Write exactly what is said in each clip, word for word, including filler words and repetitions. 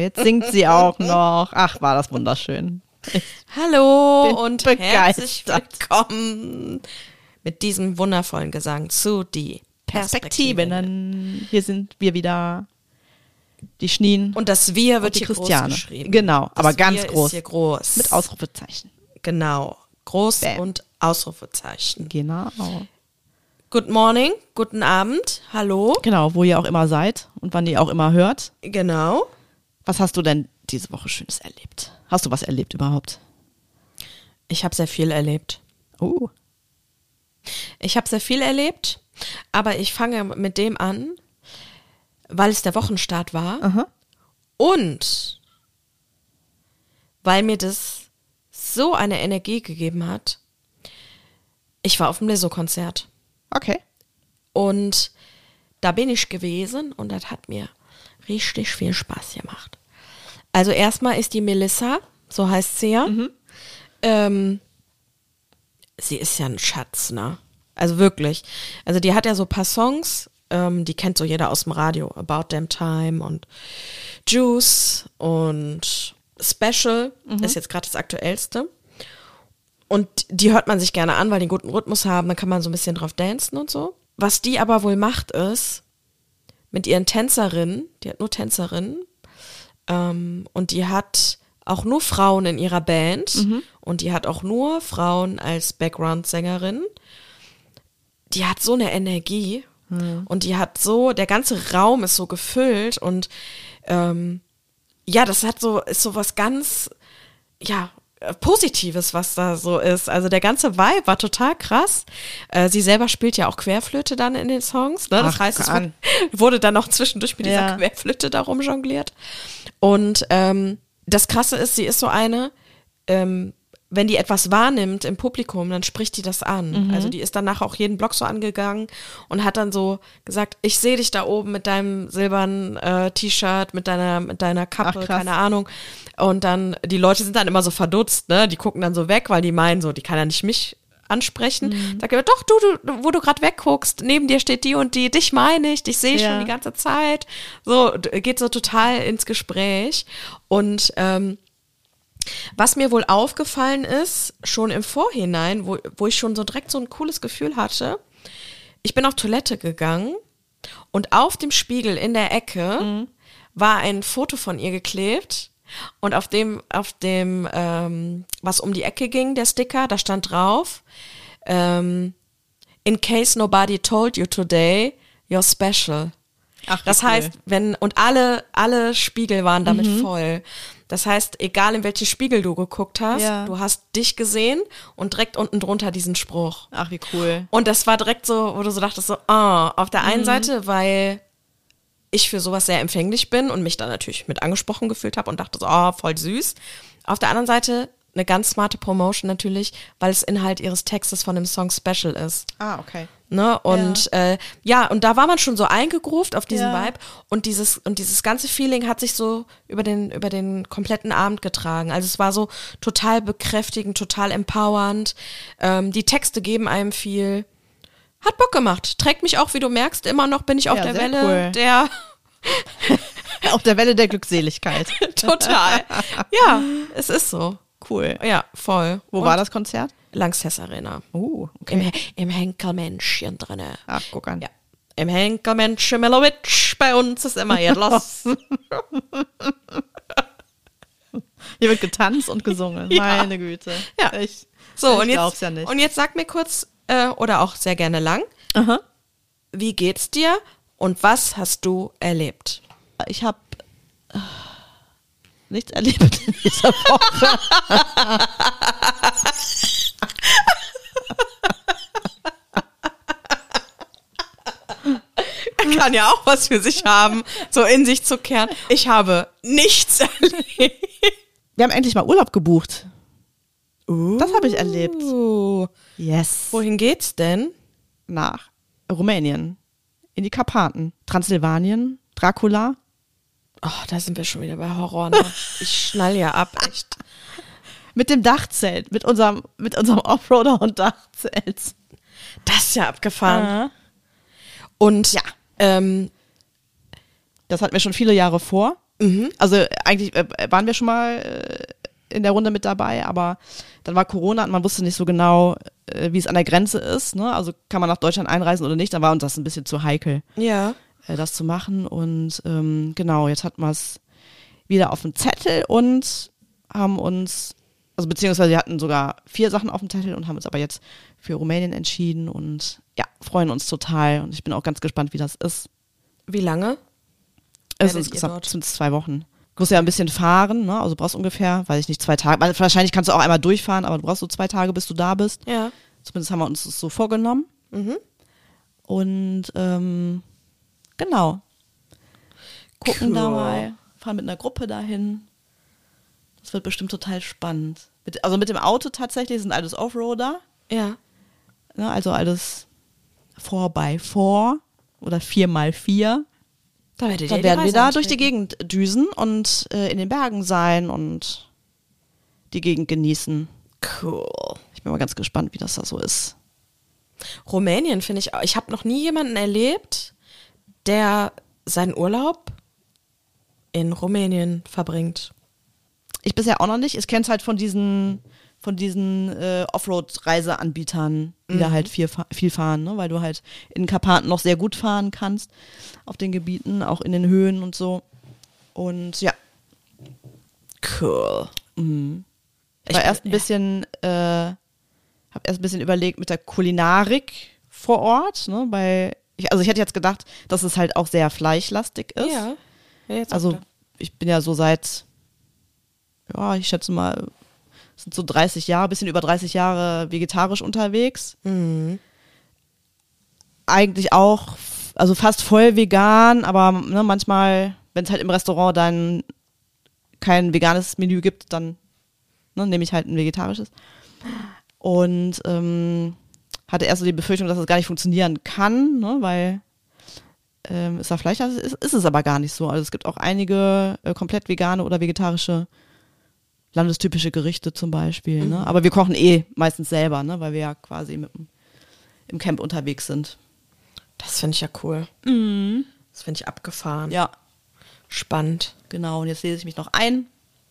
Jetzt singt sie auch noch. Ach, war das wunderschön. Hallo und begeistert. herzlich willkommen mit diesem wundervollen Gesang zu die Perspektiven. Perspektiven. Hier sind wir wieder. Die Schnien. Und das Wir und wird die hier Christiane. groß geschrieben. Genau, Das aber ganz Wir groß. Ist hier groß. Mit Ausrufezeichen. Genau. Groß Bam. und Ausrufezeichen. Genau. Good morning, guten Abend, hallo. Genau, wo ihr auch immer seid und wann ihr auch immer hört. Genau. Was hast du denn diese Woche Schönes erlebt? Hast du was erlebt überhaupt? Ich habe sehr viel erlebt. Oh. Ich habe sehr viel erlebt, aber ich fange mit dem an, weil es der Wochenstart war. Aha. Und weil mir das so eine Energie gegeben hat. Ich war auf dem Lizzo-Konzert. Okay. Und da bin ich gewesen und das hat mir richtig viel Spaß gemacht. Also erstmal ist die Melissa, so heißt sie ja. Mhm. Ähm, sie ist ja ein Schatz, ne? Also wirklich. Also die hat ja so ein paar Songs, ähm, die kennt so jeder aus dem Radio. About Damn Time und Juice und Special mhm. ist jetzt gerade das aktuellste. Und die hört man sich gerne an, weil die einen guten Rhythmus haben, dann kann man so ein bisschen drauf dancen und so. Was die aber wohl macht ist, mit ihren Tänzerinnen, die hat nur Tänzerinnen, ähm, und die hat auch nur Frauen in ihrer Band mhm. und die hat auch nur Frauen als Background-Sängerin. Die hat so eine Energie mhm. und die hat so, der ganze Raum ist so gefüllt und ähm, ja, das hat so, ist so was ganz, ja, Positives, was da so ist. Also der ganze Vibe war total krass. Äh, sie selber spielt ja auch Querflöte dann in den Songs. Ne? Das Ach, heißt, es an. wurde dann noch zwischendurch mit dieser Ja. Querflöte darum jongliert. Und ähm, das Krasse ist, sie ist so eine, ähm, wenn die etwas wahrnimmt im Publikum, dann spricht die das an. Mhm. Also die ist danach auch jeden Block so angegangen und hat dann so gesagt, ich sehe dich da oben mit deinem silbernen äh, T-Shirt, mit deiner mit deiner Kappe, Ach, krass. keine Ahnung. Und dann, die Leute sind dann immer so verdutzt, ne? Die gucken dann so weg, weil die meinen so, die kann ja nicht mich ansprechen. Mhm. Sag ich, doch, du, du, wo du gerade wegguckst, neben dir steht die und die, dich meine ich, dich sehe ich Ja. schon die ganze Zeit. So, geht so total ins Gespräch. Und ähm, was mir wohl aufgefallen ist, schon im Vorhinein, wo, wo ich schon so direkt so ein cooles Gefühl hatte, ich bin auf Toilette gegangen und auf dem Spiegel in der Ecke mhm. war ein Foto von ihr geklebt und auf dem, auf dem, ähm, was um die Ecke ging, der Sticker, da stand drauf, ähm, in case nobody told you today, you're special. Ach, das cool. heißt, wenn, und alle, alle Spiegel waren damit Mhm. voll. Das heißt, egal in welchen Spiegel du geguckt hast, Ja. du hast dich gesehen und direkt unten drunter diesen Spruch. Ach, wie cool. Und das war direkt so, wo du so dachtest, so, ah, auf der einen Mhm. Seite, weil ich für sowas sehr empfänglich bin und mich dann natürlich mit angesprochen gefühlt habe und dachte so, ah, voll süß. Auf der anderen Seite eine ganz smarte Promotion natürlich, weil es Inhalt ihres Textes von dem Song Special ist. Ah, okay. Ne? Und ja. Äh, ja, und da war man schon so eingegroovt auf diesen Ja. Vibe und dieses und dieses ganze Feeling hat sich so über den über den kompletten Abend getragen. Also es war so total bekräftigend, total empowernd. Ähm, die Texte geben einem viel. Hat Bock gemacht. Trägt mich auch, wie du merkst, immer noch bin ich auf Ja, der sehr Welle cool. der Auf der Welle der Glückseligkeit. total. Ja, es ist so. Cool. Ja, voll. Wo Und war das Konzert? Lanxess Arena. Oh, Im, okay. Im Henkelmännchen drinne. Ach, guck an. Ja. Im Henkelmännchen Melowitsch, bei uns ist immer los. Hier wird getanzt und gesungen. Ja. Meine Güte. Ja. Ich, So, ich und glaub's jetzt, ja nicht. und jetzt sag mir kurz, äh, oder auch sehr gerne lang, Aha. wie geht's dir und was hast du erlebt? Ich habe äh, nichts erlebt in dieser Woche. Er kann ja auch was für sich haben, so in sich zu kehren. Ich habe nichts erlebt. Wir haben endlich mal Urlaub gebucht. Das habe ich erlebt. Uh, Yes. wohin geht's denn? Nach Rumänien. In die Karpaten. Transsilvanien. Dracula. Oh, da sind wir schon wieder bei Horror. Ne? Ich schnall ja ab, echt. Mit dem Dachzelt. Mit unserem, mit unserem Offroader und Dachzelt. Das ist ja abgefahren. Aha. Und Ja. ähm, Das hatten wir schon viele Jahre vor. Mhm. Also eigentlich äh, waren wir schon mal äh, in der Runde mit dabei, aber dann war Corona und man wusste nicht so genau, äh, wie es an der Grenze ist. Ne? Also kann man nach Deutschland einreisen oder nicht. Dann war uns das ein bisschen zu heikel, Ja. äh, das zu machen. Und ähm, genau, jetzt hatten wir es wieder auf dem Zettel und haben uns, also beziehungsweise wir hatten sogar vier Sachen auf dem Zettel und haben uns aber jetzt für Rumänien entschieden und ja, freuen uns total. Und ich bin auch ganz gespannt, wie das ist. Wie lange? Es ist insgesamt sind es zwei Wochen. Du musst ja ein bisschen fahren, ne? Also du brauchst ungefähr, weiß ich nicht, zwei Tage. Wahrscheinlich kannst du auch einmal durchfahren, aber du brauchst so zwei Tage, bis du da bist. Ja. Zumindest haben wir uns das so vorgenommen. Mhm. Und ähm, genau. Gucken Cool. da mal, fahren mit einer Gruppe dahin. Das wird bestimmt total spannend. Mit, also mit dem Auto tatsächlich sind alles Offroader. Ja. Ne? Also alles vier by vier oder vier mal vier. Da werdet ihr Dann die werden wir Reise da durch die antreten. Gegend düsen und äh, in den Bergen sein und die Gegend genießen. Cool. Ich bin mal ganz gespannt, wie das da so ist. Rumänien finde ich auch. Ich habe noch nie jemanden erlebt, der seinen Urlaub in Rumänien verbringt. Ich bisher auch noch nicht. Ich kenne es halt von diesen, von diesen äh, Offroad-Reiseanbietern, die da halt viel, fa- viel fahren, ne? Weil du halt in den Karpaten noch sehr gut fahren kannst, auf den Gebieten, auch in den Höhen und so. Und ja, Cool. mhm. Ich war bin- erst ein bisschen, äh, habe erst ein bisschen überlegt mit der Kulinarik vor Ort, ne? Weil ich, also ich hätte jetzt gedacht, dass es halt auch sehr fleischlastig ist. Ja. Ja, jetzt Also auch da. ich bin ja so seit, ja, ich schätze mal, es sind so dreißig Jahre, bisschen über dreißig Jahre vegetarisch unterwegs. Mhm. Eigentlich auch, also fast voll vegan, aber ne, manchmal, wenn es halt im Restaurant dann kein veganes Menü gibt, dann ne, nehme ich halt ein vegetarisches. Und ähm, hatte erst so die Befürchtung, dass es gar nicht funktionieren kann, ne, weil ähm, ist da Fleisch, das ist, ist es aber gar nicht so. Also es gibt auch einige äh, komplett vegane oder vegetarische landestypische Gerichte zum Beispiel. Mhm. Ne? Aber wir kochen eh meistens selber, ne, weil wir ja quasi mit, dem- im Camp unterwegs sind. Das finde ich ja cool. Das finde ich abgefahren. Ja, Spannend. genau. Und jetzt lese ich mich noch ein.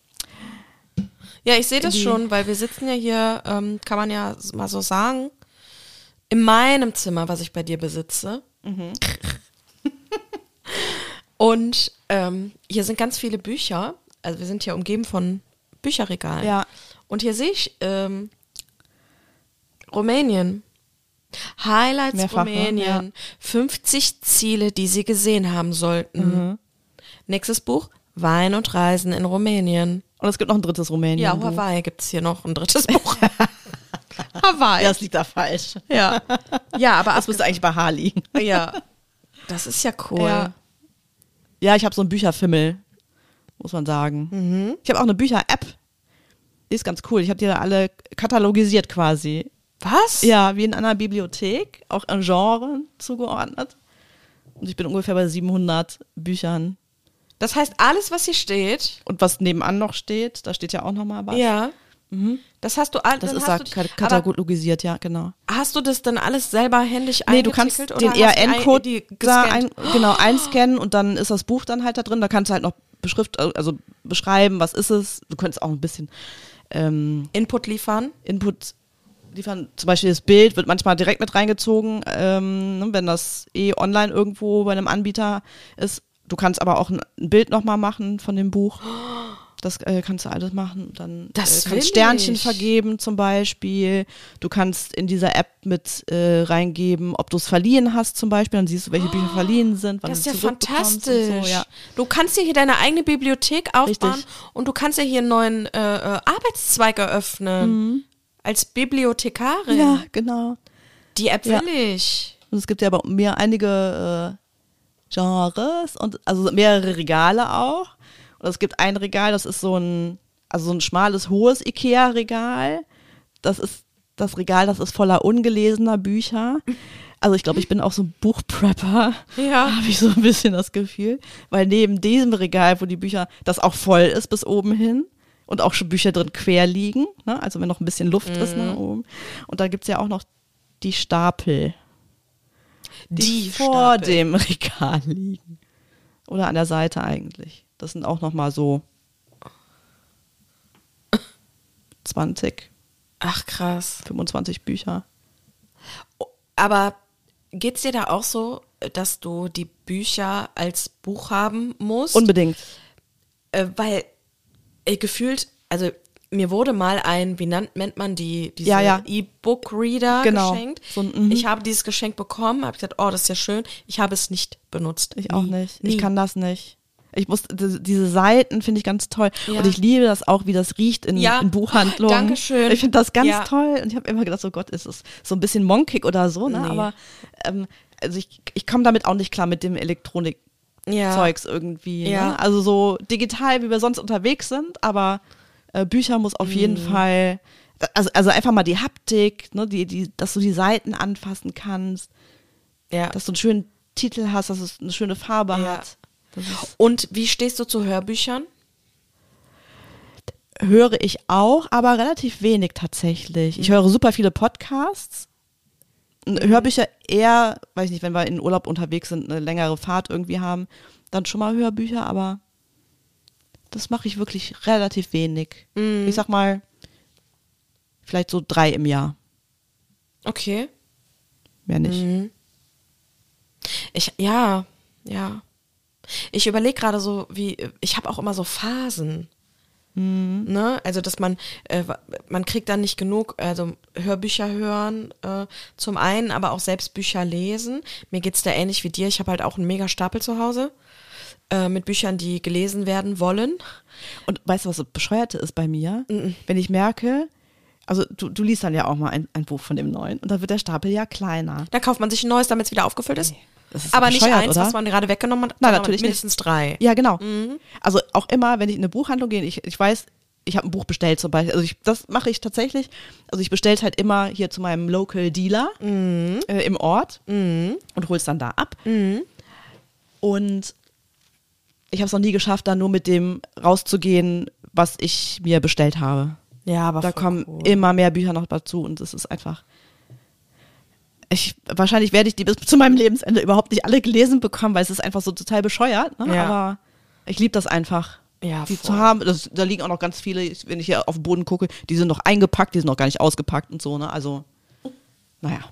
Ja, ich sehe das die- schon, weil wir sitzen ja hier, ähm, kann man ja mal so sagen, in meinem Zimmer, was ich bei dir besitze. Und ähm, hier sind ganz viele Bücher. Also wir sind hier umgeben von Bücherregalen. Ja. Und hier sehe ich ähm, Rumänien. Highlights Mehrfach, ne? Rumänien. Ja. fünfzig Ziele, die sie gesehen haben sollten. Nächstes Buch, Wein und Reisen in Rumänien. Und es gibt noch ein drittes Rumänien. Ja, Hawaii gibt es hier noch ein drittes Buch. Hawaii. Ja, das liegt da falsch. Ja. Ja, aber Das müsste eigentlich bei Haar liegen. ja. Das ist ja cool. Ja. Ja, ich habe so einen Bücherfimmel, muss man sagen. Ich habe auch eine Bücher-App. Die ist ganz cool. Ich habe die da alle katalogisiert quasi. Was? Ja, wie in einer Bibliothek, auch ein Genre zugeordnet. Und ich bin ungefähr bei siebenhundert Büchern. Das heißt, alles, was hier steht, Und was nebenan noch steht, da steht ja auch nochmal was. ja, das hast du all, Das dann ist da hast du, kat- aber katalogisiert, ja, genau. hast du das dann alles selber händisch Nee, du kannst eingetückelt den oder hast E R N-Code die ein- die da gescannt? ein, genau einscannen und dann ist das Buch dann halt da drin. Da kannst du halt noch beschrift, also beschreiben, was ist es. Du könntest auch ein bisschen ähm, Input liefern? Input liefern. Zum Beispiel das Bild wird manchmal direkt mit reingezogen, ähm, ne, wenn das eh online irgendwo bei einem Anbieter ist. Du kannst aber auch ein, ein Bild nochmal machen von dem Buch. Das äh, kannst du alles machen. Dann Das äh, will kannst Sternchen ich. vergeben zum Beispiel. Du kannst in dieser App mit äh, reingeben, ob du es verliehen hast zum Beispiel. Dann siehst du, welche Bücher verliehen sind, wann Das ist du ja zurückbekommst und fantastisch. So, ja. Du kannst dir hier deine eigene Bibliothek aufbauen Richtig. und du kannst ja hier einen neuen äh, äh, Arbeitszweig eröffnen. Als Bibliothekarin. ja, genau. Die App will Ja. ich. Und es gibt ja bei mir einige äh, Genres und also mehrere Regale auch. Und es gibt ein Regal, das ist so ein, also so ein schmales, hohes Ikea-Regal. Das ist das Regal, das ist voller ungelesener Bücher. Also ich glaube, ich bin auch so ein Buchprepper. Ja. Habe ich so ein bisschen das Gefühl. Weil neben diesem Regal, wo die Bücher, das auch voll ist bis oben hin und auch schon Bücher drin quer liegen, ne? Also wenn noch ein bisschen Luft ist nach oben. Und da gibt es ja auch noch die Stapel, die, Die vor Stapel. dem Regal liegen. Oder an der Seite eigentlich. Das sind auch nochmal so zwanzig, Ach, krass. fünfundzwanzig Bücher. Aber geht's dir da auch so, dass du die Bücher als Buch haben musst? Unbedingt. Äh, weil äh, gefühlt, also mir wurde mal ein, wie nannt, nennt man die, diese Ja, ja. E-Book-Reader Genau. geschenkt. So ein, mhm. Ich habe dieses Geschenk bekommen, habe gesagt, oh, das ist ja schön. Ich habe es nicht benutzt. Ich Nie. auch nicht. Nie. Ich kann das nicht. Ich muss, die- diese Seiten finde ich ganz toll. Ja. Und ich liebe das auch, wie das riecht in, Ja. in Buchhandlungen. Dankeschön. Ich finde das ganz Ja. toll. Und ich habe immer gedacht, so Gott, ist es so ein bisschen monkig oder so, ne? Nee. Aber ähm, also ich, ich komme damit auch nicht klar mit dem Elektronik-Zeugs Ja. irgendwie. Ja. Ne? Also so digital, wie wir sonst unterwegs sind, aber äh, Bücher muss auf jeden Mhm. Fall, also, also einfach mal die Haptik, ne? die, die, dass du die Seiten anfassen kannst, Ja. dass du einen schönen Titel hast, dass es eine schöne Farbe Ja. hat. Das ist, Und wie stehst du zu Hörbüchern? höre ich auch, aber relativ wenig tatsächlich. Ich höre super viele Podcasts. Hörbücher eher, weiß ich nicht, wenn wir in Urlaub unterwegs sind, eine längere Fahrt irgendwie haben, dann schon mal Hörbücher, aber das mache ich wirklich relativ wenig. Mhm. Ich sag mal, vielleicht so drei im Jahr, Okay. mehr nicht. Mhm. Ich, ja, ja. Ich überlege gerade so, wie, ich habe auch immer so Phasen. Ne? Also, dass man, äh, man kriegt dann nicht genug, also Hörbücher hören äh, zum einen, aber auch selbst Bücher lesen. Mir geht's da ähnlich wie dir. Ich habe halt auch einen mega Stapel zu Hause äh, mit Büchern, die gelesen werden wollen. Und weißt du, was das Bescheuerte ist bei mir? Wenn ich merke, also du, du liest dann ja auch mal ein, ein Buch von dem Neuen und da wird der Stapel ja kleiner. Da kauft man sich ein neues, damit es wieder aufgefüllt ist. Das ist Aber nicht bescheuert, eins, oder? was man gerade weggenommen hat, Nein, sondern natürlich mindestens drei. Ja, genau. Also auch immer, wenn ich in eine Buchhandlung gehe, ich, ich weiß, ich habe ein Buch bestellt zum Beispiel. Also ich, das mache ich tatsächlich. Also ich bestelle es halt immer hier zu meinem Local Dealer äh, im Ort und hole es dann da ab. Und ich habe es noch nie geschafft, da nur mit dem rauszugehen, was ich mir bestellt habe. Ja, aber Da voll kommen cool. immer mehr Bücher noch dazu und das ist einfach. Ich, wahrscheinlich werde ich die bis zu meinem Lebensende überhaupt nicht alle gelesen bekommen, weil es ist einfach so total bescheuert. Ne? Ja. Aber ich liebe das einfach, Ja, die voll. zu haben. Das, da liegen auch noch ganz viele, wenn ich hier auf den Boden gucke, die sind noch eingepackt, die sind noch gar nicht ausgepackt und so. Ne? Also, naja.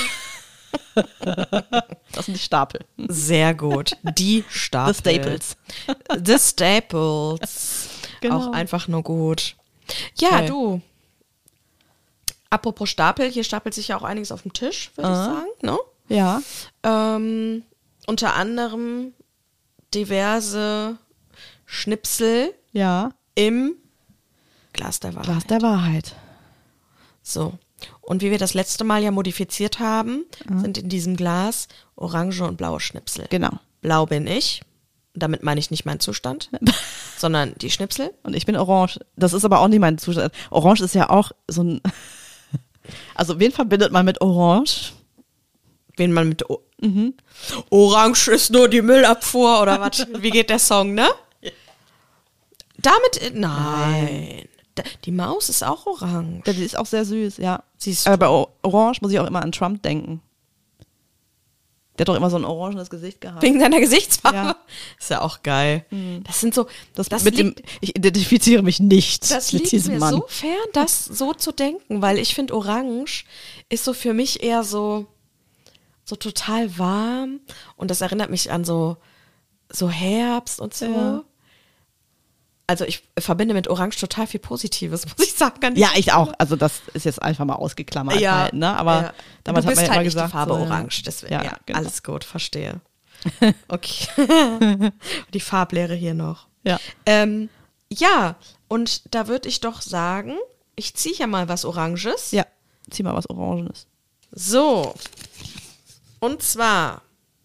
Das sind die Stapel. Sehr gut. Die Stapel. The Staples. The Staples. Genau. Auch einfach nur gut. Ja, Toll. du. Apropos Stapel, hier stapelt sich ja auch einiges auf dem Tisch, würde ich Ah. sagen. Ne? Ja. Ähm, unter anderem diverse Schnipsel Ja. im Glas der Wahrheit. Glas der Wahrheit. So. Und wie wir das letzte Mal ja modifiziert haben, sind in diesem Glas orange und blaue Schnipsel. Genau. Blau bin ich. Damit meine ich nicht meinen Zustand, sondern die Schnipsel. Und ich bin orange. Das ist aber auch nicht mein Zustand. Orange ist ja auch so ein. Also, wen verbindet man mit Orange? Wen man mit o Orange ist nur die Müllabfuhr oder was? Wie geht der Song, ne? Damit, äh, nein. Da, die Maus ist auch orange. Die ist auch sehr süß, ja. Siehst Aber bei O- Orange muss ich auch immer an Trump denken. Der hat doch immer so ein orangenes Gesicht gehabt. Wegen seiner Gesichtsfarbe. Ja. Ist ja auch geil. Das sind so, Das, das mit liegt, dem, ich identifiziere mich nicht das mit liegt diesem mir Mann. so fern, das so zu denken, weil ich finde, orange ist so für mich eher so, so total warm und das erinnert mich an so, so Herbst und so. Ja. Also ich verbinde mit Orange total viel Positives, muss ich sagen. An Ja, dieser ich auch. Stelle. Also das ist jetzt einfach mal ausgeklammert Ja, halt, ne? Aber ja. damals du hat bist man ja halt immer nicht gesagt, die Farbe so, ja. Orange, deswegen, ja, Ja, genau. alles gut, verstehe. Okay. Die Farblehre hier noch. Ja. Ähm, ja, und da würde ich doch sagen, ich ziehe ja mal was Oranges. Ja, zieh mal was Orangenes. So. Und zwar,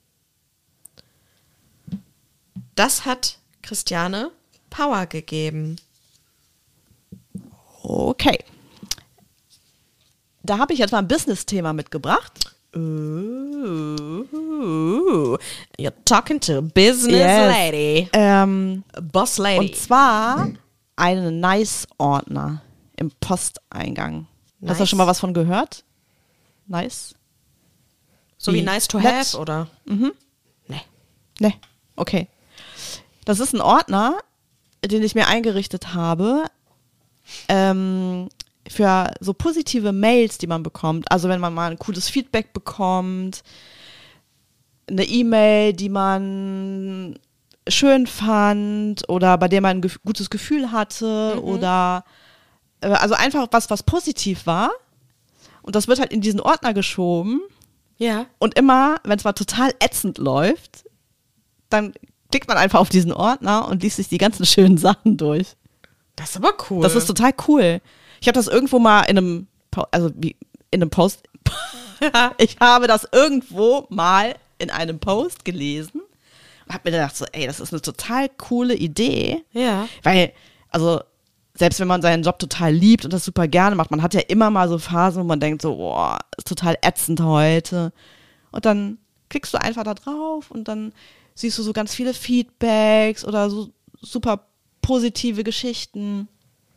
das hat Christiane Power gegeben. Okay. Da habe ich jetzt mal ein Business-Thema mitgebracht. Ooh, you're talking to a business Yes. lady. Ähm, Boss lady. und zwar einen Nice-Ordner im Posteingang. Hast du da Nice. schon mal was von gehört? Nice? so wie wie nice to nett. have, oder? Mhm. Nee. Ne, okay. Das ist ein Ordner, den ich mir eingerichtet habe, ähm, für so positive Mails, die man bekommt. Also wenn man mal ein cooles Feedback bekommt, eine E-Mail, die man schön fand oder bei der man ein gef- gutes Gefühl hatte mhm. oder äh, also einfach was, was positiv war. Und das wird halt in diesen Ordner geschoben. Ja. Und immer, wenn es mal total ätzend läuft, dann klickt man einfach auf diesen Ordner und liest sich die ganzen schönen Sachen durch. Das ist aber cool. Das ist total cool. Ich habe das irgendwo mal in einem, Po- also wie in einem Post, ich habe das irgendwo mal in einem Post gelesen und habe mir gedacht so, ey, das ist eine total coole Idee. Ja. Weil, also selbst wenn man seinen Job total liebt und das super gerne macht, man hat ja immer mal so Phasen, wo man denkt so, boah, ist total ätzend heute. Und dann klickst du einfach da drauf und dann siehst du so ganz viele Feedbacks oder so super positive Geschichten.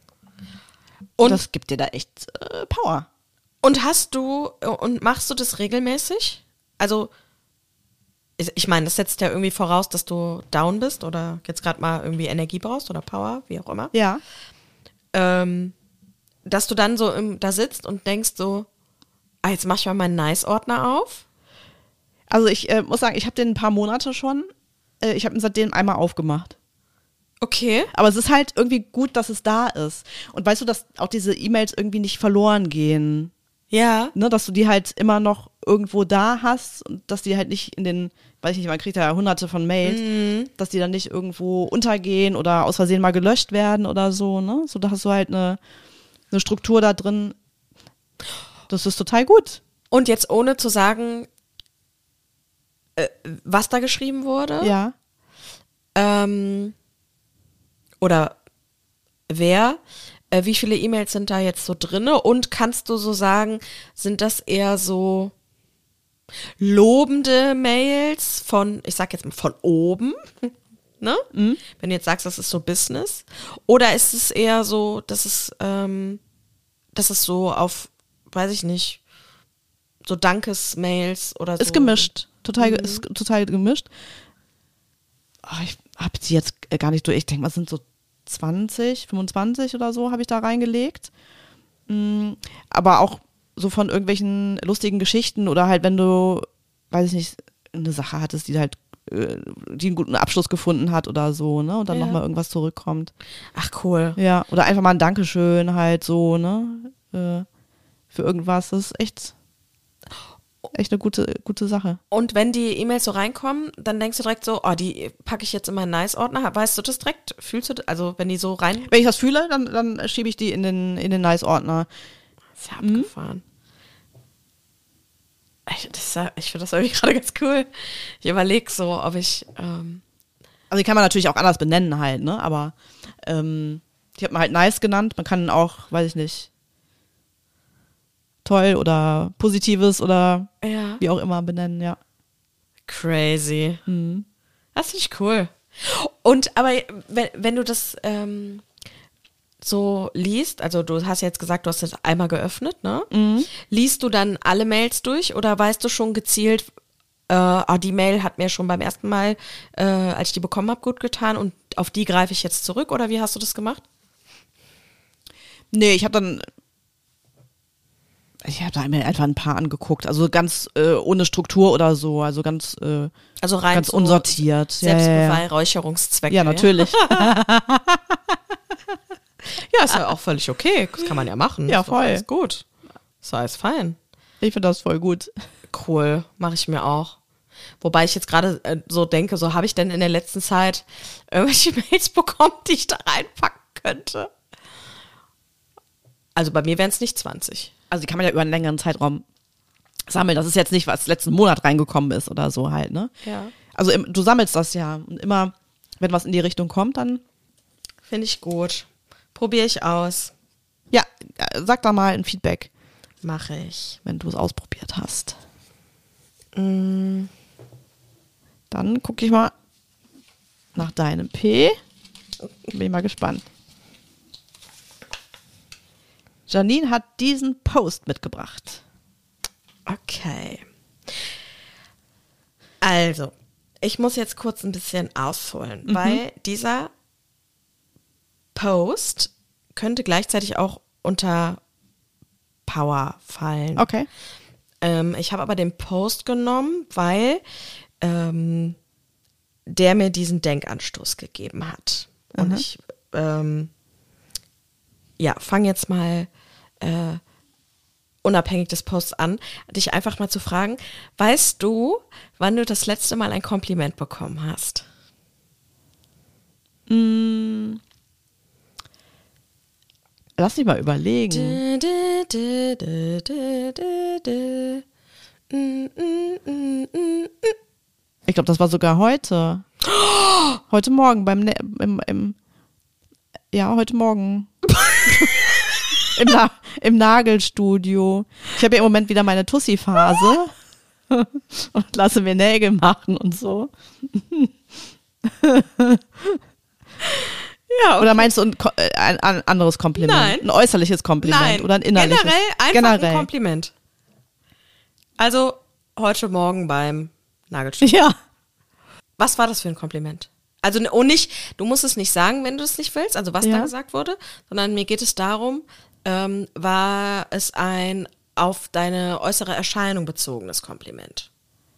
Und, und das gibt dir da echt äh, Power. Und hast du, und machst du das regelmäßig? Also, ich, ich meine, das setzt ja irgendwie voraus, dass du down bist oder jetzt gerade mal irgendwie Energie brauchst oder Power, wie auch immer. Ja. Ähm, dass du dann so im, da sitzt und denkst so, ah, jetzt mach ich mal meinen Nice-Ordner auf. Also ich äh, muss sagen, ich habe den ein paar Monate schon. Äh, ich habe ihn seitdem einmal aufgemacht. Okay. Aber es ist halt irgendwie gut, dass es da ist. Und weißt du, dass auch diese E-Mails irgendwie nicht verloren gehen. Ja. Ne, dass du die halt immer noch irgendwo da hast und dass die halt nicht in den, weiß ich nicht, man kriegt ja hunderte von Mails, Mhm. dass die dann nicht irgendwo untergehen oder aus Versehen mal gelöscht werden oder so, ne? So, da hast du halt eine, eine Struktur da drin. Das ist total gut. Und jetzt ohne zu sagen, äh, was da geschrieben wurde. Ja. Ähm, oder wer, äh, wie viele E-Mails sind da jetzt so drinne und kannst du so sagen, sind das eher so lobende Mails von, ich sag jetzt mal von oben, ne? Mhm. Wenn du jetzt sagst, das ist so Business, oder ist es eher so, dass es, ähm, dass es so auf, weiß ich nicht, so Dankesmails oder so. Ist gemischt. Total, Mhm. ist total gemischt. Oh, ich habe die jetzt äh, gar nicht durch. Ich denke mal, es sind so zwanzig, fünfundzwanzig oder so habe ich da reingelegt. Mm, aber auch so von irgendwelchen lustigen Geschichten oder halt, wenn du, weiß ich nicht, eine Sache hattest, die halt, äh, die einen guten Abschluss gefunden hat oder so, ne? Und dann Ja. nochmal irgendwas zurückkommt. Ach cool. Ja, oder einfach mal ein Dankeschön halt so, ne? Äh, für irgendwas. Das ist echt, echt eine gute, gute Sache. Und wenn die E-Mails so reinkommen, dann denkst du direkt so, oh, die packe ich jetzt in meinen Nice-Ordner. Weißt du das direkt? Fühlst du das? Also wenn die so rein... Wenn ich das fühle, dann, dann schiebe ich die in den, in den Nice-Ordner. Das ist ja abgefahren. Ich, das ist ja- ich finde das irgendwie gerade ganz cool. Ich überlege so, ob ich... Ähm, Also die kann man natürlich auch anders benennen halt, ne? Aber ähm, die hat man halt nice genannt. Man kann auch, weiß ich nicht, toll oder Positives oder ja. wie auch immer benennen, ja. Crazy. Mhm. Das finde ich cool. Und aber wenn, wenn du das ähm, so liest, also du hast jetzt gesagt, du hast das einmal geöffnet, ne? Mhm. Liest du dann alle Mails durch oder weißt du schon gezielt, äh, ah, die Mail hat mir schon beim ersten Mal, äh, als ich die bekommen habe, gut getan und auf die greife ich jetzt zurück oder wie hast du das gemacht? Nee, ich habe dann, ich habe da mir einfach ein paar angeguckt. Also ganz äh, ohne Struktur oder so, also ganz, äh, Also rein ganz so unsortiert. Selbstbeweihräucherungszwecke. Ja, ja, natürlich. Ja, ist ja auch völlig okay. Das kann man ja machen. Ja, Ist doch voll. Alles gut. Ist alles fein. Ich finde das voll gut. Cool, mache ich mir auch. Wobei ich jetzt gerade äh, so denke, so habe ich denn in der letzten Zeit irgendwelche Mails bekommen, die ich da reinpacken könnte? Also bei mir wären es nicht zwanzig. Also die kann man ja über einen längeren Zeitraum sammeln. Das ist jetzt nicht, was letzten Monat reingekommen ist oder so halt, ne? Ja. Also im, du sammelst das ja. Und immer, wenn was in die Richtung kommt, dann, Finde ich gut. Probiere ich aus. ja, äh, sag da mal ein Feedback, Mache ich. wenn du es ausprobiert hast. Mm, Dann gucke ich mal nach deinem P. Bin ich mal gespannt. Janine hat diesen Post mitgebracht. okay. Also, ich muss jetzt kurz ein bisschen ausholen, Mhm. weil dieser Post könnte gleichzeitig auch unter Power fallen. Okay. Ähm, ich habe aber den Post genommen, weil ähm, der mir diesen Denkanstoß gegeben hat. Und Mhm. ich ähm, ja, fange jetzt mal äh, unabhängig des Posts an, dich einfach mal zu fragen, weißt du, wann du das letzte Mal ein Kompliment bekommen hast? Mm. Lass mich mal überlegen. Du, du, du, du, du, du, du. Mm, mm, mm, mm, mm. Ich glaube, das war sogar heute. Heute Morgen beim ne im, im ja, heute Morgen. Im, Na Im Nagelstudio. Ich habe ja im Moment wieder meine Tussi-Phase und lasse mir Nägel machen und so. Ja, okay. Oder meinst du ein, Ko- äh, ein, ein anderes Kompliment? Nein. Ein äußerliches Kompliment Nein, oder ein innerliches? generell einfach Generell. ein Kompliment. Also heute Morgen beim Nagelstudio. Ja. Was war das für ein Kompliment? Also und nicht, du musst es nicht sagen, wenn du es nicht willst, also was Ja. da gesagt wurde, sondern mir geht es darum, ähm, war es ein auf deine äußere Erscheinung bezogenes Kompliment?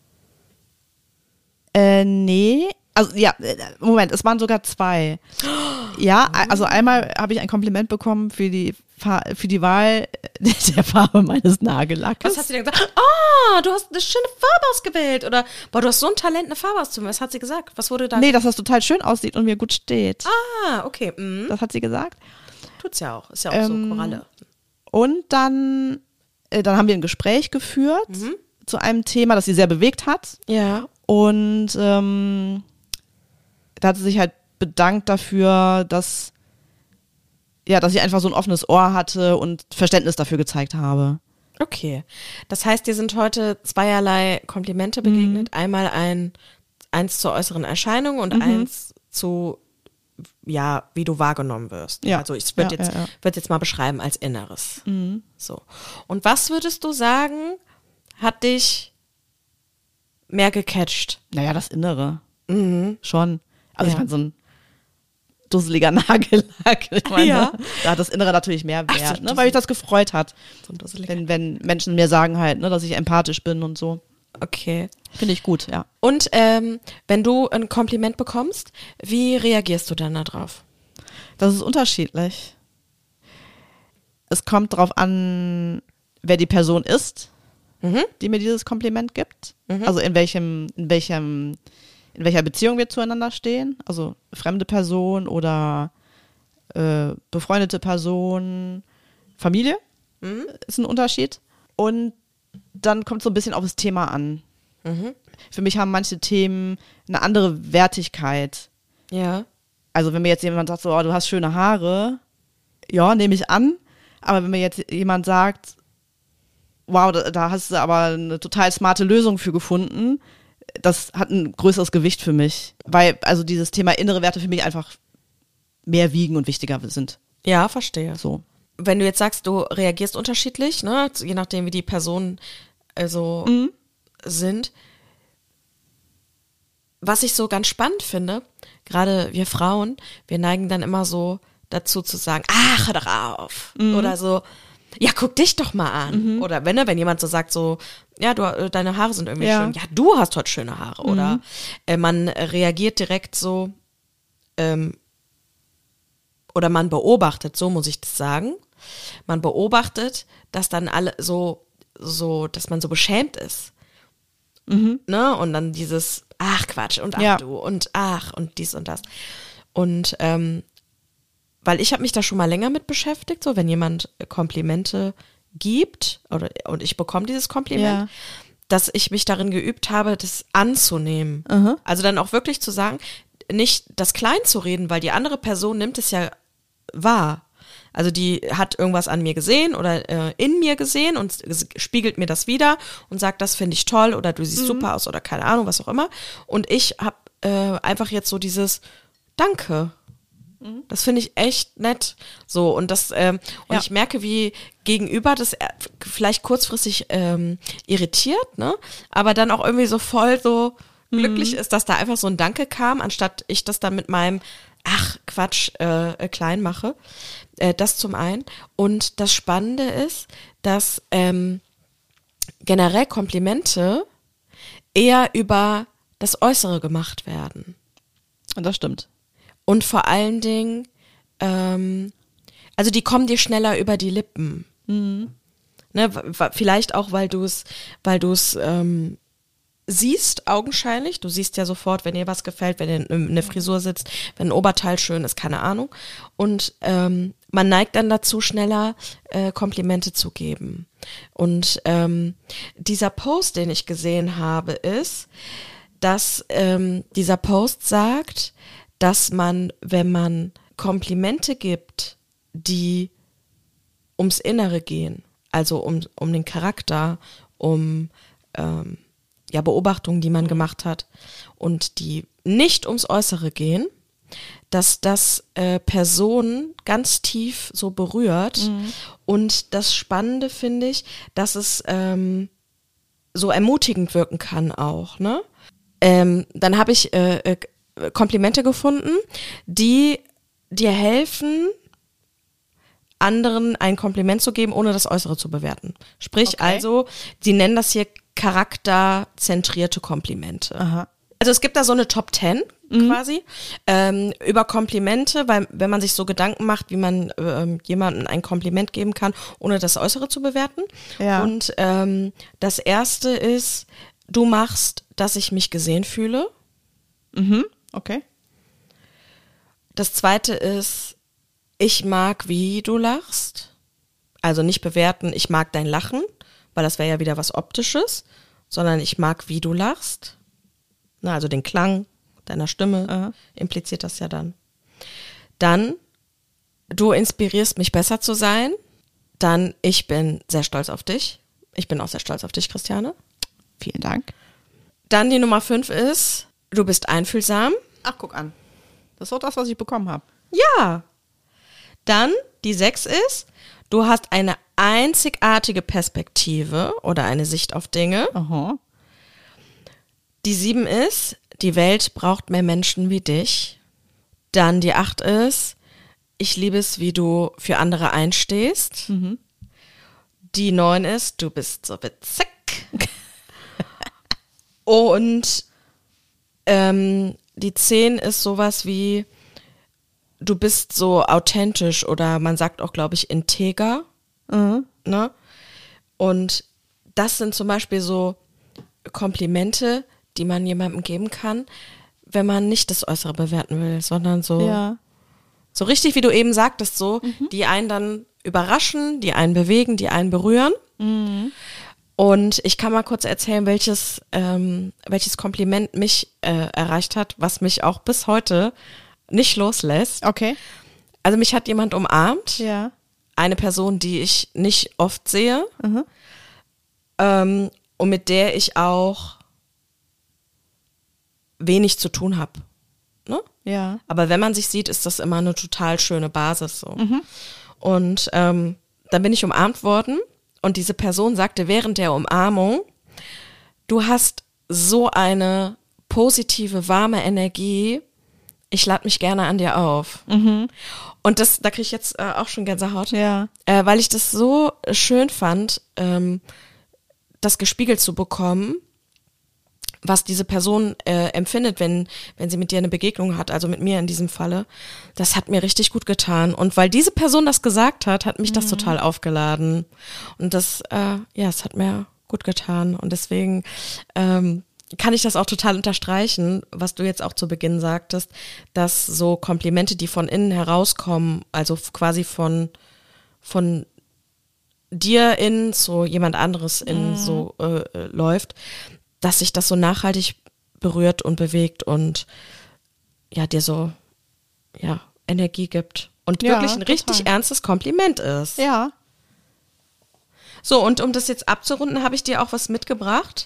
Äh, nee. Also ja, äh, Moment, es waren sogar zwei. Ja, also einmal habe ich ein Kompliment bekommen für die Fa- für die Wahl der Farbe meines Nagellackes. Was hat sie denn gesagt? Ah, du hast eine schöne Farbe ausgewählt. Oder, boah, du hast so ein Talent, eine Farbe auszuwählen. Was hat sie gesagt? Was wurde da? Nee, dass das total schön aussieht und mir gut steht. Ah, okay. Mhm. Das hat sie gesagt. Tut's ja auch. Ist ja auch Ähm, so Koralle. Und dann, äh, dann haben wir ein Gespräch geführt Mhm. zu einem Thema, das sie sehr bewegt hat. Ja. Und ähm, da hat sie sich halt bedankt dafür, dass, ja, dass ich einfach so ein offenes Ohr hatte und Verständnis dafür gezeigt habe. Okay. Das heißt, dir sind heute zweierlei Komplimente begegnet. Einmal ein, eins zur äußeren Erscheinung und Mhm. eins zu, ja, wie du wahrgenommen wirst. Ja. Also ich würde Ja, jetzt, ja, ja. würd jetzt mal beschreiben als Inneres. Mhm. So. Und was würdest du sagen, hat dich mehr gecatcht? Naja, das Innere. Mhm. Schon. Also Ja. ich meine, so ein dusseliger Nagellack. Ich meine, Ja. da hat das Innere natürlich mehr Ach so, Wert, ne, weil mich das gefreut hat. So ein dusseliger- Wenn, wenn Menschen mir sagen halt, ne, dass ich empathisch bin und so. Okay. Finde ich gut, ja. Und ähm, wenn du ein Kompliment bekommst, wie reagierst du dann darauf? Das ist unterschiedlich. Es kommt drauf an, wer die Person ist, Mhm. die mir dieses Kompliment gibt. Mhm. Also in welchem, in welchem, in welcher Beziehung wir zueinander stehen. Also fremde Person oder äh, befreundete Person, Familie Mhm. ist ein Unterschied. Und dann kommt so ein bisschen auf das Thema an. Mhm. Für mich haben manche Themen eine andere Wertigkeit. Ja. Also wenn mir jetzt jemand sagt, so, oh, du hast schöne Haare, ja, nehme ich an. Aber wenn mir jetzt jemand sagt, wow, da, da hast du aber eine total smarte Lösung für gefunden, das hat ein größeres Gewicht für mich. Weil also dieses Thema innere Werte für mich einfach mehr wiegen und wichtiger sind. Ja, verstehe. So. Wenn du jetzt sagst, du reagierst unterschiedlich, ne, je nachdem, wie die Personen äh, so Mhm. sind. Was ich so ganz spannend finde, gerade wir Frauen, wir neigen dann immer so dazu zu sagen, ach, hör doch auf. Mhm. Oder so, ja, guck dich doch mal an. Oder wenn, ne, wenn jemand so sagt, so, ja, du, äh, deine Haare sind irgendwie Ja. schön. Ja, du hast heute schöne Haare. Oder äh, man reagiert direkt so, ähm, oder man beobachtet, so muss ich das sagen, man beobachtet, dass dann alle so, so, dass man so beschämt ist. Ne? Und dann dieses, ach Quatsch und ach Ja. du und ach und dies und das. Und ähm, weil ich habe mich da schon mal länger mit beschäftigt, so wenn jemand Komplimente gibt oder und ich bekomme dieses Kompliment, Ja. dass ich mich darin geübt habe, das anzunehmen. Aha. Also dann auch wirklich zu sagen, nicht das klein zu reden, weil die andere Person nimmt es ja wahr. Also die hat irgendwas an mir gesehen oder äh, in mir gesehen und s- spiegelt mir das wieder und sagt, das finde ich toll oder du siehst super aus oder keine Ahnung, was auch immer. Und ich habe äh, einfach jetzt so dieses Danke. Das finde ich echt nett. So, und das, ähm, und Ja. ich merke, wie gegenüber das äh, vielleicht kurzfristig ähm, irritiert, ne? Aber dann auch irgendwie so voll so glücklich ist, dass da einfach so ein Danke kam, anstatt ich das dann mit meinem ach, Quatsch, äh, klein mache. Äh, das zum einen. Und das Spannende ist, dass ähm, generell Komplimente eher über das Äußere gemacht werden. Und das stimmt. Und vor allen Dingen, ähm, also die kommen dir schneller über die Lippen. Mhm. Ne, w- w- vielleicht auch, weil du es, weil du es ähm, siehst, augenscheinlich. Du siehst ja sofort, wenn dir was gefällt, wenn dir eine Frisur sitzt, wenn ein Oberteil schön ist, keine Ahnung. Und ähm, man neigt dann dazu, schneller äh, Komplimente zu geben. Und ähm, dieser Post, den ich gesehen habe, ist, dass ähm, dieser Post sagt, dass man, wenn man Komplimente gibt, die ums Innere gehen, also um, um den Charakter, um ähm, ja, Beobachtungen, die man gemacht hat und die nicht ums Äußere gehen, dass das äh, Personen ganz tief so berührt. Mhm. Und das Spannende finde ich, dass es ähm, so ermutigend wirken kann auch, ne? Ähm, dann habe ich äh, äh, Komplimente gefunden, die dir helfen, anderen ein Kompliment zu geben, ohne das Äußere zu bewerten. Sprich Okay. also, sie nennen das hier charakterzentrierte Komplimente. Aha. Also es gibt da so eine Top Ten quasi ähm, über Komplimente, weil wenn man sich so Gedanken macht, wie man ähm, jemandem ein Kompliment geben kann, ohne das Äußere zu bewerten. Ja. Und ähm, das erste ist, du machst, dass ich mich gesehen fühle. Mhm. Okay. Das zweite ist, ich mag, wie du lachst. Also nicht bewerten, ich mag dein Lachen, weil das wäre ja wieder was Optisches, sondern ich mag, wie du lachst. Na, also den Klang deiner Stimme Aha. impliziert das ja dann. Dann, du inspirierst mich besser zu sein. Dann, ich bin sehr stolz auf dich. Ich bin auch sehr stolz auf dich, Christiane. Vielen Dank. Dann die Nummer fünf ist, du bist einfühlsam. Ach, guck an. Das ist auch das, was ich bekommen habe. Ja. Dann die sechs ist, du hast eine einzigartige Perspektive oder eine Sicht auf Dinge. Aha. Die sieben ist, die Welt braucht mehr Menschen wie dich. Dann die acht ist, ich liebe es, wie du für andere einstehst. Mhm. Die neun ist, du bist so witzig. Und ähm, die zehn ist sowas wie, du bist so authentisch oder man sagt auch, glaube ich, integer. Mhm. Ne? Und das sind zum Beispiel so Komplimente, die man jemandem geben kann, wenn man nicht das Äußere bewerten will, sondern so, Ja. so richtig, wie du eben sagtest, so, Mhm. die einen dann überraschen, die einen bewegen, die einen berühren. Mhm. Und ich kann mal kurz erzählen, welches, ähm, welches Kompliment mich äh, erreicht hat, was mich auch bis heute nicht loslässt. Okay. Also mich hat jemand umarmt, Ja. eine Person, die ich nicht oft sehe, Mhm. ähm, und mit der ich auch wenig zu tun habe. Ne? Ja. Aber wenn man sich sieht, ist das immer eine total schöne Basis so. Mhm. Und ähm, dann bin ich umarmt worden und diese Person sagte während der Umarmung, du hast so eine positive, warme Energie, ich lade mich gerne an dir auf. Mhm. Und das, da kriege ich jetzt äh, auch schon Gänsehaut, Ja. äh, weil ich das so schön fand, ähm, das gespiegelt zu bekommen, was diese Person äh, empfindet, wenn wenn sie mit dir eine Begegnung hat, also mit mir in diesem Falle. Das hat mir richtig gut getan. Und weil diese Person das gesagt hat, hat mich das total aufgeladen. Und das, äh, ja, es hat mir gut getan. Und deswegen ähm, kann ich das auch total unterstreichen, was du jetzt auch zu Beginn sagtest, dass so Komplimente, die von innen herauskommen, also quasi von von dir in so jemand anderes in so äh, äh, läuft, dass sich das so nachhaltig berührt und bewegt und ja, dir so ja, Energie gibt und Ja, wirklich ein total. richtig ernstes Kompliment ist. Ja. So, und um das jetzt abzurunden, habe ich dir auch was mitgebracht.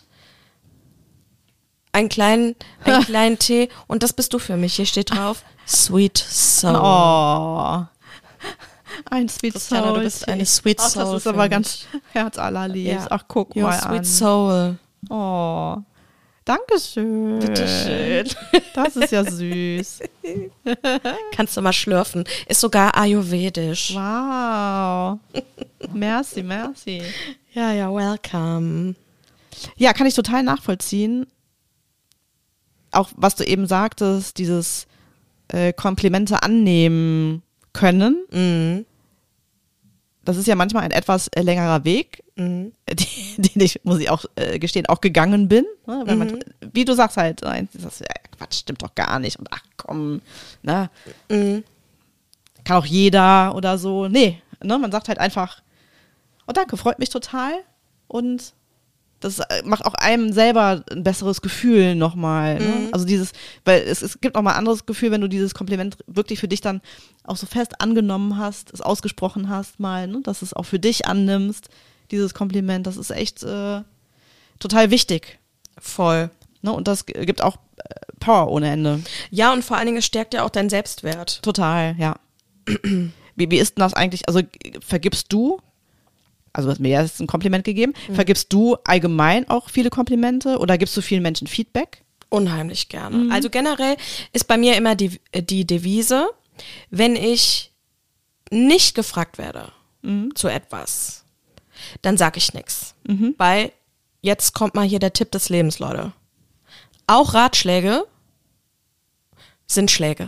Einen kleinen, einen kleinen Tee und das bist du für mich. Hier steht drauf, Sweet Soul. Oh. Ein Sweet Christiane, Soul. du bist eine Sweet Ach, Soul das ist für aber mich. ganz herzallerliebst. Ja. Ach, guck Your mal Sweet an. Soul. Oh. Dankeschön. Bitteschön. Das ist ja süß. Kannst du mal schlürfen. Ist sogar ayurvedisch. Wow. Merci, merci. Ja, ja, welcome. Ja, kann ich total nachvollziehen. Auch was du eben sagtest, dieses äh, Komplimente annehmen können. Mhm. Das ist ja manchmal ein etwas äh, längerer Weg, Mhm. den, den ich, muss ich auch äh, gestehen, auch gegangen bin. Ne? Wenn man, wie du sagst halt, nein, das ist, ja, Quatsch, stimmt doch gar nicht. Und ach komm, ne? Mhm. Kann auch jeder oder so. Nee, ne? Man sagt halt einfach, oh danke, freut mich total. Und das äh, macht auch einem selber ein besseres Gefühl nochmal. Ne? Mhm. Also dieses, weil es, es gibt nochmal ein anderes Gefühl, wenn du dieses Kompliment wirklich für dich dann auch so fest angenommen hast, es ausgesprochen hast mal, ne? Dass es auch für dich annimmst, dieses Kompliment. Das ist echt äh, total wichtig. Voll. Ne? Und das g- gibt auch äh, Power ohne Ende. Ja, und vor allen Dingen, es stärkt ja auch deinen Selbstwert. Total, ja. wie, wie ist denn das eigentlich? Also g- vergibst du, also du hast mir ja jetzt ein Kompliment gegeben, Mhm. vergibst du allgemein auch viele Komplimente oder gibst du vielen Menschen Feedback? Unheimlich gerne. Also generell ist bei mir immer die, die Devise, wenn ich nicht gefragt werde zu etwas, dann sage ich nichts. Weil jetzt kommt mal hier der Tipp des Lebens, Leute. Auch Ratschläge sind Schläge.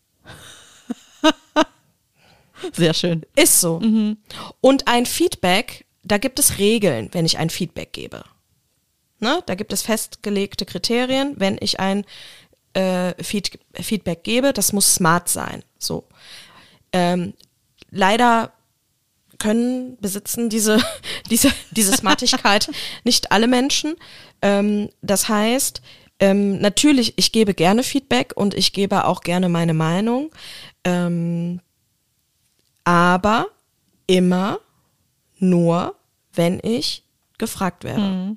Sehr schön. Ist so. Und ein Feedback, da gibt es Regeln, wenn ich ein Feedback gebe. Ne? Da gibt es festgelegte Kriterien, wenn ich ein äh, Feed, Feedback gebe. Das muss smart sein. So. Ähm, leider können, besitzen diese, diese, diese Smartigkeit nicht alle Menschen. Ähm, das heißt, ähm, natürlich, ich gebe gerne Feedback und ich gebe auch gerne meine Meinung. Ähm, aber immer nur, wenn ich gefragt werde. Mhm.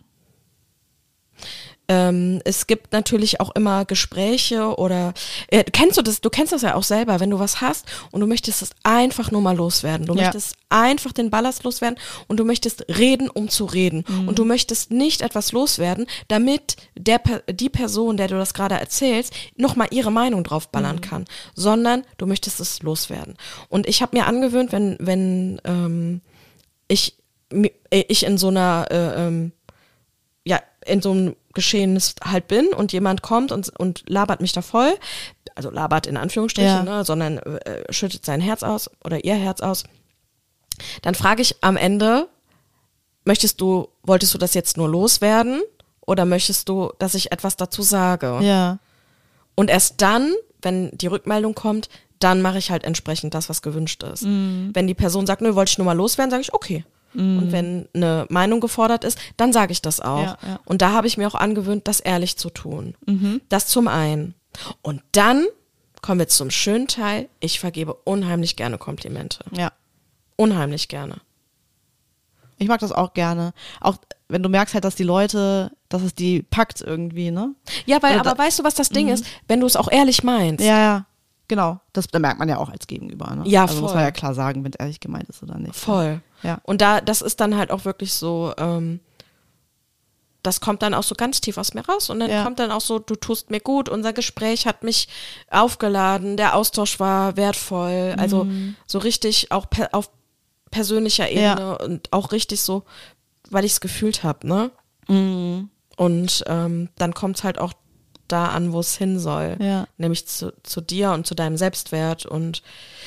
Ähm, es gibt natürlich auch immer Gespräche oder äh, kennst du das, du kennst das ja auch selber, wenn du was hast und du möchtest es einfach nur mal loswerden. Du Ja. möchtest einfach den Ballast loswerden und du möchtest reden, um zu reden. Mhm. Und du möchtest nicht etwas loswerden, damit der Per- die Person, der du das gerade erzählst, nochmal ihre Meinung drauf ballern Mhm. kann, sondern du möchtest es loswerden. Und ich habe mir angewöhnt, wenn, wenn ähm, ich, mi- äh, ich in so einer äh, ähm, ja, in so einem Geschehnis halt bin und jemand kommt und, und labert mich da voll, also labert in Anführungsstrichen, Ja. ne, sondern äh, schüttet sein Herz aus oder ihr Herz aus, dann frage ich am Ende, möchtest du, wolltest du das jetzt nur loswerden oder möchtest du, dass ich etwas dazu sage? Ja. Und erst dann, wenn die Rückmeldung kommt, dann mache ich halt entsprechend das, was gewünscht ist. Mhm. Wenn die Person sagt, nö, wollte ich nur mal loswerden, sage ich, okay. Und wenn eine Meinung gefordert ist, dann sage ich das auch. Ja, ja. Und da habe ich mir auch angewöhnt, das ehrlich zu tun. Mhm. Das zum einen. Und dann kommen wir zum schönen Teil. Ich vergebe unheimlich gerne Komplimente. Ja. Unheimlich gerne. Ich mag das auch gerne. Auch wenn du merkst halt, dass die Leute, dass es die packt irgendwie, ne? Ja, weil, Oder aber da- weißt du, was das Ding ist? Wenn du es auch ehrlich meinst. Ja, ja. Genau. Das da merkt man ja auch als Gegenüber, ne? Ja, also muss voll. man ja klar sagen, wenn es ehrlich gemeint ist oder nicht. Voll. Ja. Und da, das ist dann halt auch wirklich so, ähm, das kommt dann auch so ganz tief aus mir raus und dann Ja. kommt dann auch so, du tust mir gut, unser Gespräch hat mich aufgeladen, der Austausch war wertvoll, also Mhm. so richtig auch per, auf persönlicher Ebene und auch richtig so, weil ich es gefühlt habe, ne? Mhm. Und ähm, dann kommt es halt auch da an, wo es hin soll, Ja. nämlich zu, zu dir und zu deinem Selbstwert und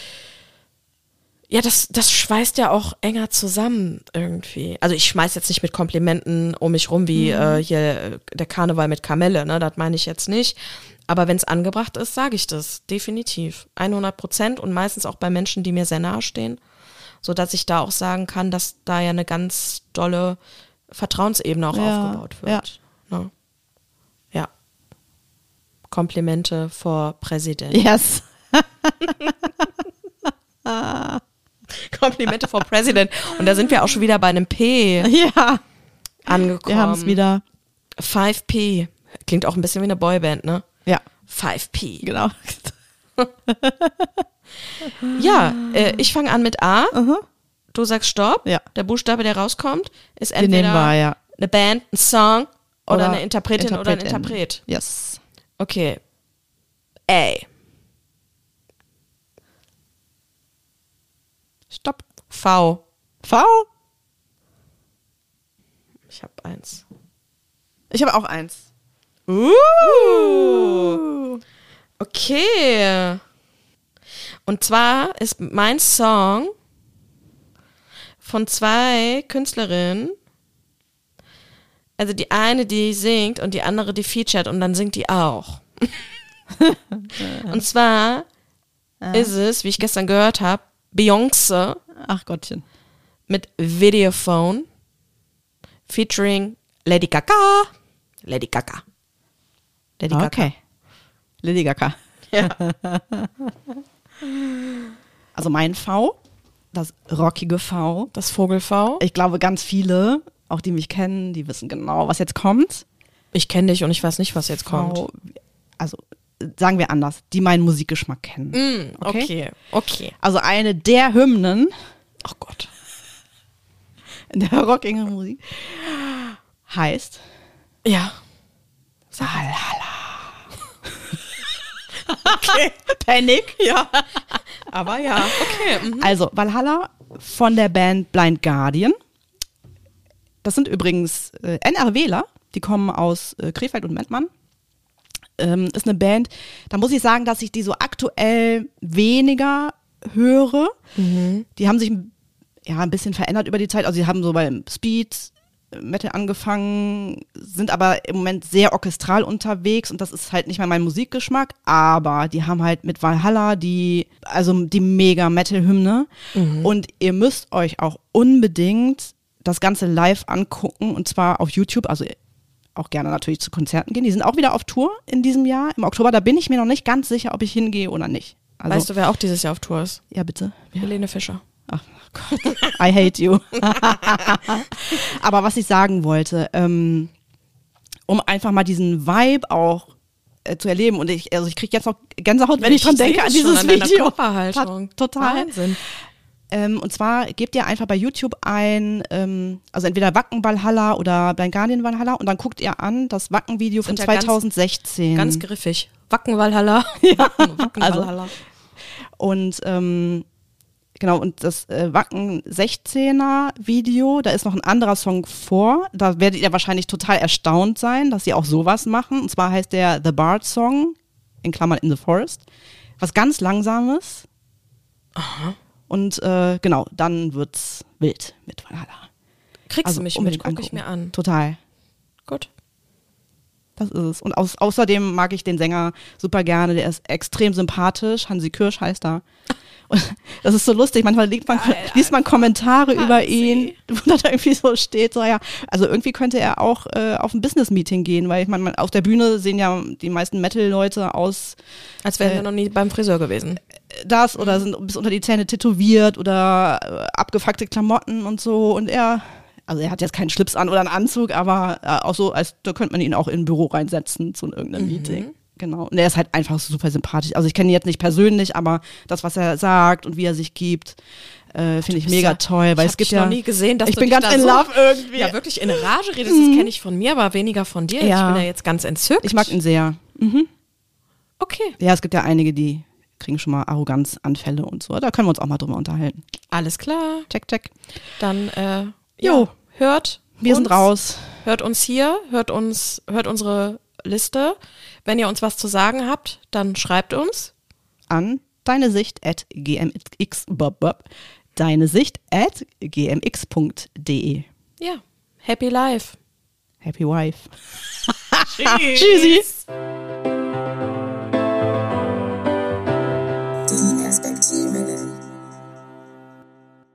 ja, das, das schweißt ja auch enger zusammen irgendwie. Also ich schmeiß jetzt nicht mit Komplimenten um mich rum, wie Mhm. äh, hier äh, der Karneval mit Kamelle, ne? Das meine ich jetzt nicht. Aber wenn es angebracht ist, sage ich das, definitiv. hundert Prozent und meistens auch bei Menschen, die mir sehr nahe stehen, sodass ich da auch sagen kann, dass da ja eine ganz dolle Vertrauensebene auch Ja, aufgebaut wird. Ne? Ja. Komplimente vor Präsident. Yes. Komplimente vor President. Und da sind wir auch schon wieder bei einem P Ja. angekommen. Wir haben es wieder. five P. Klingt auch ein bisschen wie eine Boyband, ne? Ja, five P. genau. Ja, äh, ich fange an mit A. Mhm. Du sagst Stopp. Ja. Der Buchstabe, der rauskommt, ist Wir nehmen entweder wahr, ja. eine Band, ein Song Oder, Oder eine Interpretin, oder ein Interpretin. Interpret. Yes. Okay. A. Stopp. V. V? Ich habe eins. Ich habe auch eins. Uh. Okay. Und zwar ist mein Song von zwei Künstlerinnen, also die eine, die singt und die andere, die featured und dann singt die auch. Und zwar Ja. ist es, wie ich gestern gehört habe, Beyoncé Ach Gottchen. mit Videophone featuring Lady Gaga. Lady Gaga. Lady Gaga. Okay. Lady Gaga. Ja. Also mein V, das rockige V. Das Vogel-V. Ich glaube, ganz viele, auch die mich kennen, die wissen genau, was jetzt kommt. Ich kenne dich und ich weiß nicht, was jetzt kommt. V, also sagen wir anders, die meinen Musikgeschmack kennen. Mm, okay, okay. Also eine der Hymnen Oh Gott. in der rockigen Musik heißt Ja. Valhalla. Okay. Panic. Ja. Aber ja, okay. Mhm. Also Valhalla von der Band Blind Guardian. Das sind übrigens äh, NRWler, die kommen aus äh, Krefeld und Mettmann. Ähm, ist eine Band, da muss ich sagen, dass ich die so aktuell weniger höre. Mhm. Die haben sich ja ein bisschen verändert über die Zeit. Also sie haben so beim Speed Metal angefangen, sind aber im Moment sehr orchestral unterwegs und das ist halt nicht mehr mein Musikgeschmack, aber die haben halt mit Valhalla die, also die mega Metal-Hymne Mhm. und ihr müsst euch auch unbedingt das Ganze live angucken und zwar auf YouTube, also auch gerne natürlich zu Konzerten gehen. Die sind auch wieder auf Tour in diesem Jahr, im Oktober, da bin ich mir noch nicht ganz sicher, ob ich hingehe oder nicht. Also, Weißt du, wer auch dieses Jahr auf Tour ist? ja bitte. Ja. Helene Fischer. Ach Gott, I hate you. Aber was ich sagen wollte, ähm, um einfach mal diesen Vibe auch äh, zu erleben und ich, also ich kriege jetzt noch Gänsehaut, wenn ich, dran denke sehe an es dieses schon an deiner Video. Körperhaltung. Ta- Total. Wahnsinn. Ähm, und zwar gebt ihr einfach bei YouTube ein, ähm, also entweder Wacken Valhalla oder Blind Guardian Valhalla und dann guckt ihr an das Wacken-Video von Sind ja ganz- zwanzig sechzehn. Ganz griffig. Wacken Valhalla. Ja, Wacken also- Valhalla. Und ähm, genau, und das äh, Wacken sechzehner Video, da ist noch ein anderer Song vor. Da werdet ihr wahrscheinlich total erstaunt sein, dass sie auch sowas machen. Und zwar heißt der The Bard Song, in Klammern In the Forest. Was ganz Langsames. Aha. Und äh, genau, dann wird's wild mit Valhalla. Kriegst Also du mich mit, unbedingt guck ich angucken. mir an. Total. Gut. Das ist es. Und aus, außerdem mag ich den Sänger super gerne. Der ist extrem sympathisch. Hansi Kirsch heißt er. Und das ist so lustig. Manchmal liest man, Geil, liest man Kommentare Hansi. über ihn, wo da irgendwie so steht, so ja. Also irgendwie könnte er auch äh, auf ein Business-Meeting gehen, weil ich meine, auf der Bühne sehen ja die meisten Metal-Leute aus Als wären Äh, wir noch nie beim Friseur gewesen. das oder sind bis unter die Zähne tätowiert oder äh, abgefuckte Klamotten und so. Und er, also er hat jetzt keinen Schlips an oder einen Anzug, aber äh, auch so, als da könnte man ihn auch in ein Büro reinsetzen zu irgendeinem Mhm. Meeting. Genau. Und er ist halt einfach super sympathisch. Also ich kenne ihn jetzt nicht persönlich, aber das, was er sagt und wie er sich gibt, äh, finde ich bist mega ja- toll. Weil ich es gibt hab dich ja. noch nie gesehen, dass ich du bin dich ganz da in so- love irgendwie. Ja, wirklich in Rage redest, das kenne ich von mir, aber weniger von dir. Ja. Ich bin ja jetzt ganz entzückt. Ich mag ihn sehr. Mhm. Okay, Ja, es gibt ja einige, die kriegen schon mal Arroganzanfälle und so. Da können wir uns auch mal drüber unterhalten. alles klar. Check, check. Dann, äh, Jo. ja, hört Wir uns, sind raus. Hört uns hier, hört uns, hört unsere Liste. Wenn ihr uns was zu sagen habt, dann schreibt uns. An deine Sicht at gmx, bob, bob, deine Sicht at gmx punkt de. Ja, happy life. Happy Wife. Tschüss. Tschüssi.